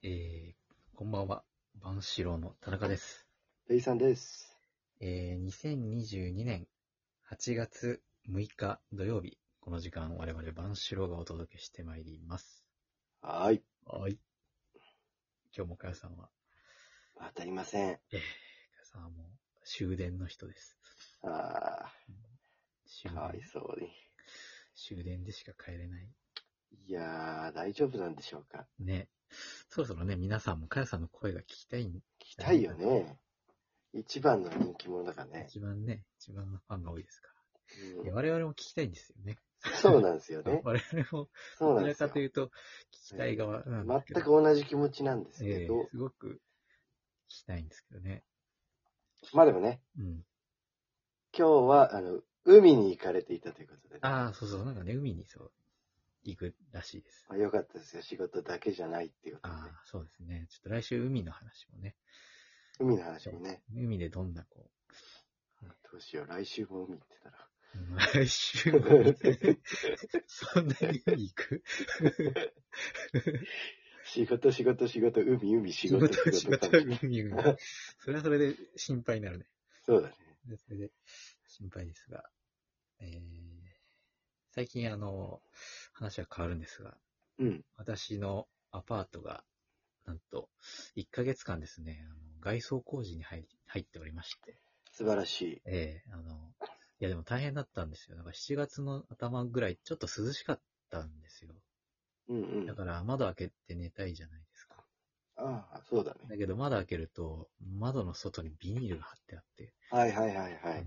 こんばんは。万志郎の田中です。 レイさんです。 2022年8月6日土曜日、この時間我々万志郎がお届けしてまいります。 はい。 はい。今日もかやさんは、 当たりません。 かやさんはもう終電の人です。 あ終かわい電、 そうに。 終電でしか帰れない。 いや大丈夫なんでしょうか。 ね。そろそろね、皆さんもかやさんの声が聞きたいん聞きじゃないかたいよね。一番の人気者だからね。 一番のファンが多いですから。いや、 うん、 我々も聞きたいんですよね。 そうなんですよね。 我々も、どちらそうなんですよ。 かというと、聞きたい側なんですけど、 全く同じ気持ちなんですけど、 すごく聞きたいんですけどね。 まあでもね、 うん。 今日は、海に行かれていたということでね。 ああ、そうそう、なんかね、海に行くらしいです。 まあ、よかったですよ。仕事だけじゃないっていうことで。 ああ、そうですね。ちょっと来週海の話もね。 海の話もね。 海でどんなどうしよう。来週も海行ってたら。 来週も海でそんなに海行く仕事、海、仕事かもしれない。 海。それはそれで心配になるね。 そうだね。 それで心配ですが、最近話は変わるんですが、 うん。 私のアパートが、なんと、1ヶ月間ですね、外装工事に入っておりまして、 素晴らしい。 いやでも大変だったんですよ。なんか7月の頭ぐらい、ちょっと涼しかったんですよ。 うんうん。 だから窓開けて寝たいじゃないですか。 ああ、そうだね。 だけど窓開けると、窓の外にビニールが貼ってあって、 はいはい。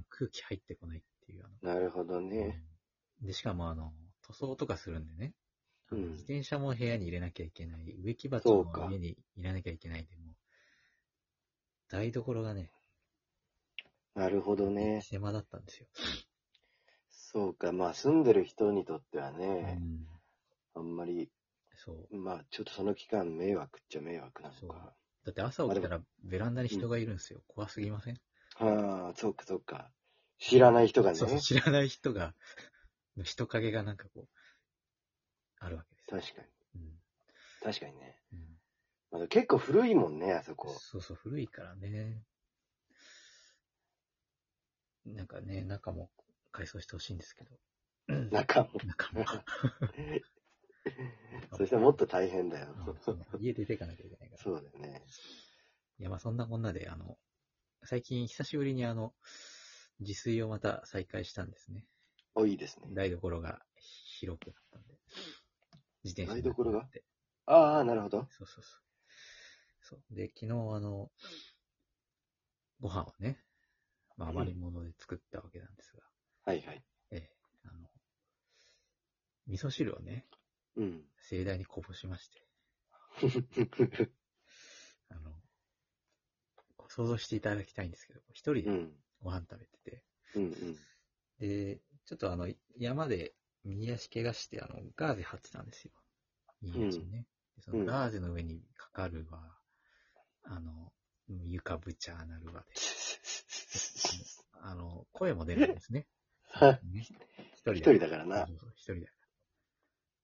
空気入ってこないっていう、 なるほどね。 で、しかも塗装とかするんでね、 うん自転車も部屋に入れなきゃいけない、植木鉢そうか。 も家に入れなきゃいけないで、もう、台所がね、 なるほどね。 狭だったんですよ。 そうか。まあ、住んでる人にとってはうね、 ん。 あんまり、 そう。 まあ、ちょっとその期間迷惑っちゃ迷惑なのそう。 か。 だって朝まあでも、 起きたらベランダにうん。 人がいるんですよ。怖すぎません？ ああ、そうか。知らない人がそうそう、 ね。 知らない人が、人影がなんかあるわけですよ。 確かに。 うん。 確かにね。 うん。 まあ、結構古いもんね、あそこ。 そうそう、古いからね。なんかね、中も改装してほしいんですけど。 中も。 中も。 そしたらもっと大変だよ。 家出ていかなきゃいけないから。 そうだよね。 いや、まあそんなこんなで、最近久しぶりに自炊をまた再開したんですね。 お、いいですね。 台所が広くなったんで。自転車台なく所がなって。 ああ、なるほど。 そうそうそう。そうで、昨日ご飯をね、まあ余り物で作ったわけなんですが、 はいはい。 ええ、味噌汁をね、 うん。 盛大にこぼしまして、あの、想像していただきたいんですけど、一人でうん。 ご飯食べてて、 うん。 で、ちょっと山で右足怪我して、ガーゼ張ってたんですよ。右足にね。でそのガーゼの上にかかるわ、床ぶちゃなるわで、声も出るんですね。ね一一人だから。 人だからな。 一人だから。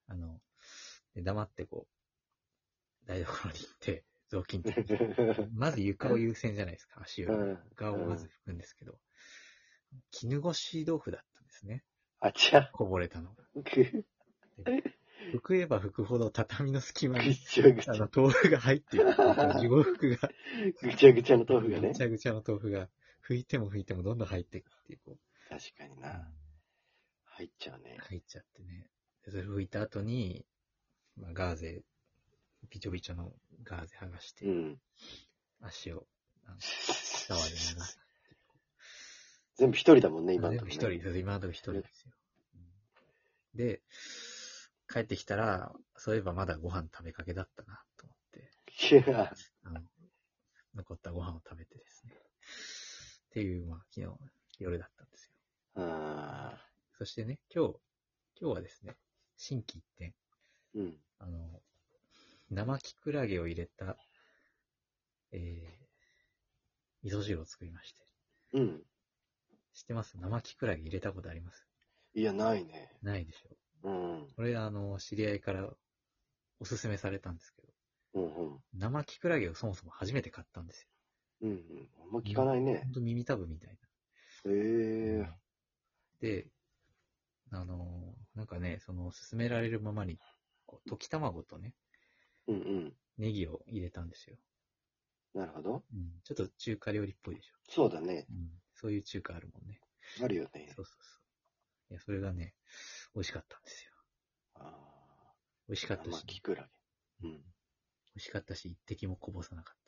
で黙って台所に行って、雑巾取りにまず床を優先じゃないですか、足よりも。床をまず拭くんですけど、絹ごし豆腐だったんですね。 あちゃ。 こぼれたのが。 ぐ拭けば拭くほど畳の隙間に、 ちゃぐちゃ。 豆腐が入っていくっていうか、地獄が、 ぐちゃぐちゃの豆腐がね。 ぐちゃぐちゃの豆腐が、拭いても拭いてもどんどん入っていくっていう、 確かにな。入っちゃうね。 入っちゃってね。でそれ拭いた後に、ガーゼ、びちょびちょのガーゼ剥がして、足を、シャワーで流す。 全部一人だもんね、今のとこね。 全部一人、今のところ一人ですよ。で、帰ってきたら、そういえばまだご飯食べかけだったな、と思って、残ったご飯を食べてですね。っていう、昨日夜だったんですよ。そしてね、今日はですね、心機一転、生キクラゲを入れた、味噌汁を作りまして。知ってます？生キクラゲ入れたことあります？ いや、ないね。 ないでしょ。これ、知り合いからおすすめされたんですけど。 うんうん。 生キクラゲをそもそも初めて買ったんですよ。 うんうん。あんま聞かないねほん。と耳たぶみたいへえな。で、なんかね、その、勧められるままに、こう溶き卵とね、 うんうん。 ネギを入れたんですよ。 なるほど。 うん。ちょっと中華料理っぽいでしょ。 そうだね。 うん。そういう中華あるもんね。 あるよね。 そうそうそう。いや、それがね、美味しかったんですよ。 あ美味しかあ、 ったし、 生キクラゲ。うん。 美味しかったし、一滴もこぼさなかっ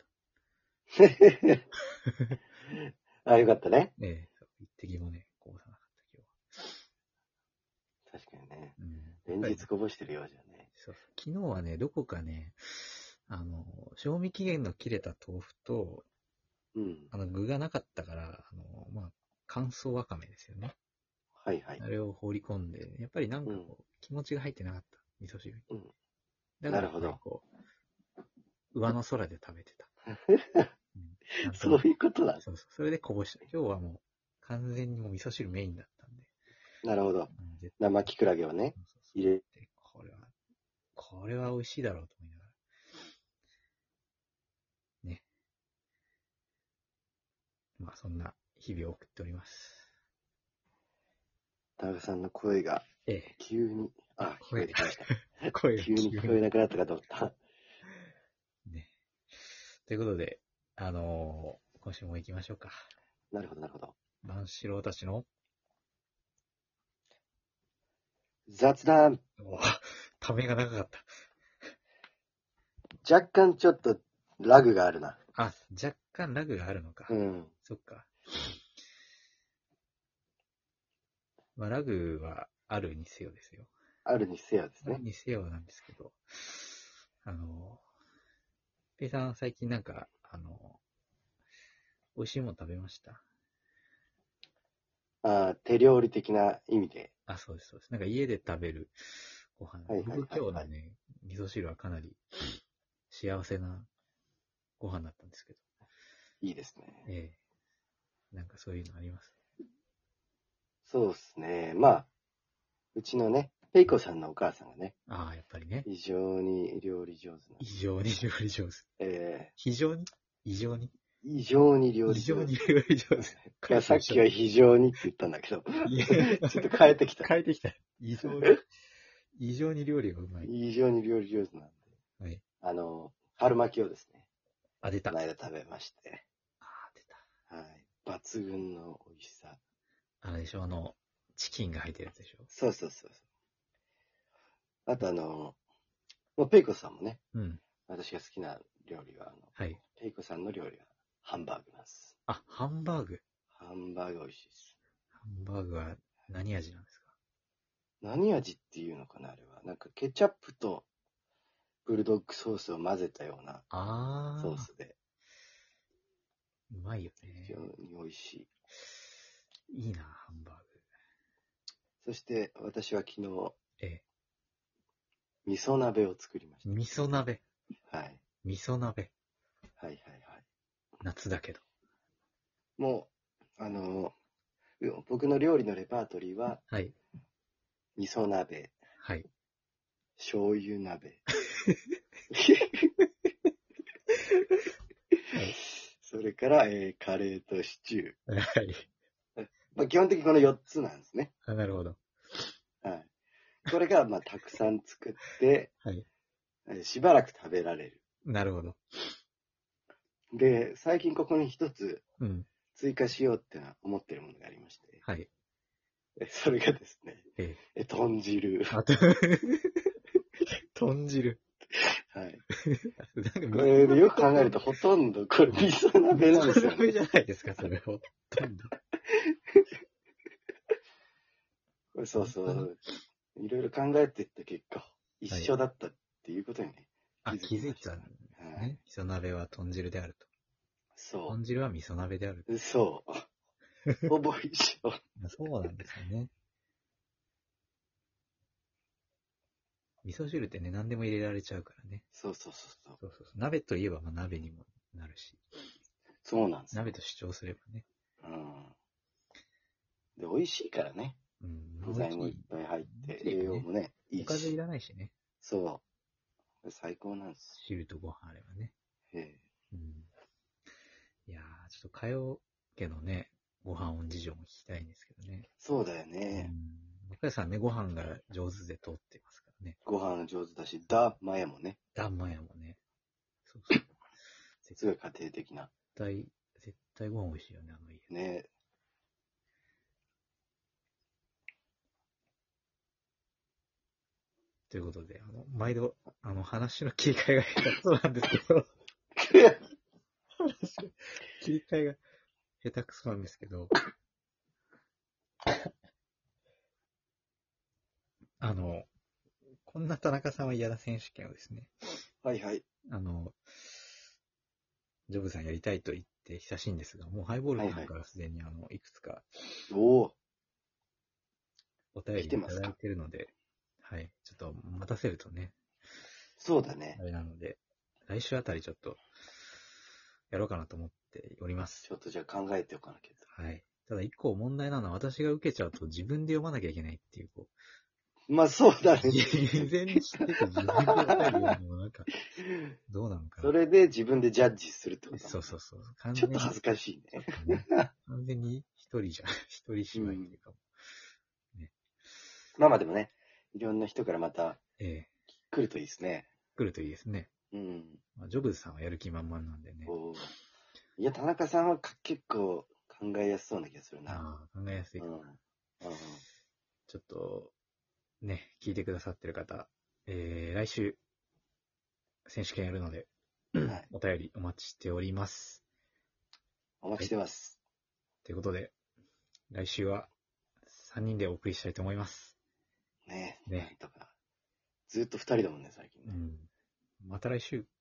あ、よかったね。 た。ええ、そう一滴もね、こぼさなかった、今確かにね。 日は。うん。やっ連ぱり日こぼしてるようじゃね。 そうそう。昨日はね、どこかね、賞味期限の切れた豆腐と、 うん。 具がなかったから、まあ、乾燥わかめですよね。 はいはいあ。れを放り込んで、やっぱりなんかこう、気持ちが入ってなかった。味噌汁に。 うん。 だから、 なるほどこう、上の空で食べてた。うん。なんとそうなく。 いうことだ。 そうそう。それでこぼした。今日はもう、完全にもう味噌汁メインだったんで。 なるほど。 うん絶対生キクラゲをね、 そうそうそう入れ、 でこれは美味しいだろうと思いながら。ね。まあ、そんな日々を送っております。 田中さんの声がええ。 急に、あ、聞こえてきました。 声が急に聞こえなくなったかと思った。 ね。ということで、今週も行きましょうか。 なるほど、なるほど。 万四郎たちの、 雑談。 おためが長かった。 若干ちょっとラグがあるな。 あ、若干ラグがあるのか。 うん。 そっか。まあ、ラグはあるにせよですよ。 あるにせよですあるね。 にせよなんですけど、ペイさん最近なんか、美味しいもの食べました？ 手料理的な意味で。 あ、そうです、そうです。なんか家で食べるご飯。 はいはいはいはい僕今日のね、味噌汁はかなり幸せなご飯だったんですけど。 いいですね。 ええ。なんかそういうのあります？ そうですね。まあ、うちのね、ペイコさんのお母さんがね、 ああ、やっぱりね。 非常に料理上手な。 異常に料理上手。 え非常に異常に異常に料異理上手。 常に料理上手。 いや、さっきは非常にって言ったんだけど、 いやちょっと変えてきた。 変えてきた。異常に料理がうまい。 異常に料理上手なんで。 はい。 春巻きをですね、 あ、出た。 この間食べまして、 ああ、出た。 はい。抜群の美味しさ。 あれでしょ、チキンが入ってるやつでしょ。 そうそうそうそう。あとまあペイコさんもね、 うん。 私が好きな料理は、 はい。 ペイコさんの料理はハンバーグなんです。 あ、ハンバーグ。 ハンバーグ美味しいです。 ハンバーグは何味なんですか？ 何味っていうのかな、あれは。なんかケチャップとブルドッグソースを混ぜたようなああ、 ソースで、 うまいよ非常ね。 に美味しい。 いいな、ハンバーグ。 そして私は昨日、 ええ。 味噌鍋を作りまし味噌鍋。 た。はい。 味噌鍋。 はいはいはい。 夏だけど。 もう、僕の料理のレパートリーは、 はい。 味噌鍋、 はい。 醤油鍋。それから、カレーとシチュー。 はい。 まあ、基本的にこの4つなんですね。 あ、なるほど。 はい。これが、まあ、たくさん作って、 はい。 しばらく食べられる。 なるほど。 で、最近ここに一つうん。 追加しようって思ってるものがありまして、 はい。 それがですね、 ええ。 豚汁。 あと、豚汁。 はい。 なんかこれでよく考えるとほとんどこれ味噌鍋なんですよ、 味噌鍋じゃないですか、それほとんど。 これそうそう。いろいろ考えていった結果、一緒だったっていうことにね、 あ、気づいたんはいですね。味噌鍋は豚汁であると。 そ豚汁は味噌鍋であるう。そう。ほぼ一緒。 と。そうなんですよね。味噌汁ってね、何でも入れられちゃうからね。 そうそうそうそう。 そうそうそう。鍋といえば、まあ鍋にもなるし。 そうなんですよ。 鍋と主張すればね。 で、美味しいからね。 うん。 具材もいっぱい入って、栄養もね、いいし。 おかずいらないしね。 そ最高なんです。 汁とご飯あればね。 へえ。 うん。いやー、ちょっとかよ家のね、ご飯音事情も聞きたいんですけどね。 そうだようね。 ん。岡谷さんね、ご飯が上手で通ってますからね。 ご飯上手だし、ダ・マヤもね、 だんまやもね。そうそう。 すごい家庭的な。 絶対ご飯美味しいよね、あの家。 ね。 ということで、毎度、話の切り替えが下手くそなんですけど、話の切り替えが下手くそなんですけど、こんな田中さんは嫌だ選手権をですね、 はいはい。 ジョブさんやりたいと言って久しいんですが、もうハイボールさんからすでにいくつかおお。 お便りい来てますかただいてるので、はい、ちょっと待たせるとね、 そうだねあ。れなので、来週あたりちょっとやろうかなと思っておりますち。ょっとじゃあ考えておかなきゃ。 はい。ただ一個問題なのは私が受けちゃうと自分で読まなきゃいけないっていう、 まあそうだね。 事前に知ってて自分でお便り読むのもなんか、どうなのかな。 それで自分でジャッジするってことだもんね。 そうそうそう。 ちょっと恥ずかしいね。 完全に一人芝居っていうか、 まあまあでもね、いろんな人からまたええ来るといいですね。 来るといいですね。 うん。 まあ、ジョブズさんはやる気満々なんでね。 おーいや、田中さんは結構考えやすそうな気がするな。 ああ、考えやすいかな。 うん。 ちょっと、ね、聞いてくださってる方、来週、選手権やるので、 はいお便りお待ちしております。 お待ちしてます。 ということで、来週は3人でお送りしたいと思います。 ねねなんとか。ずっと二人だもんね、最近ね。 うん。また来週。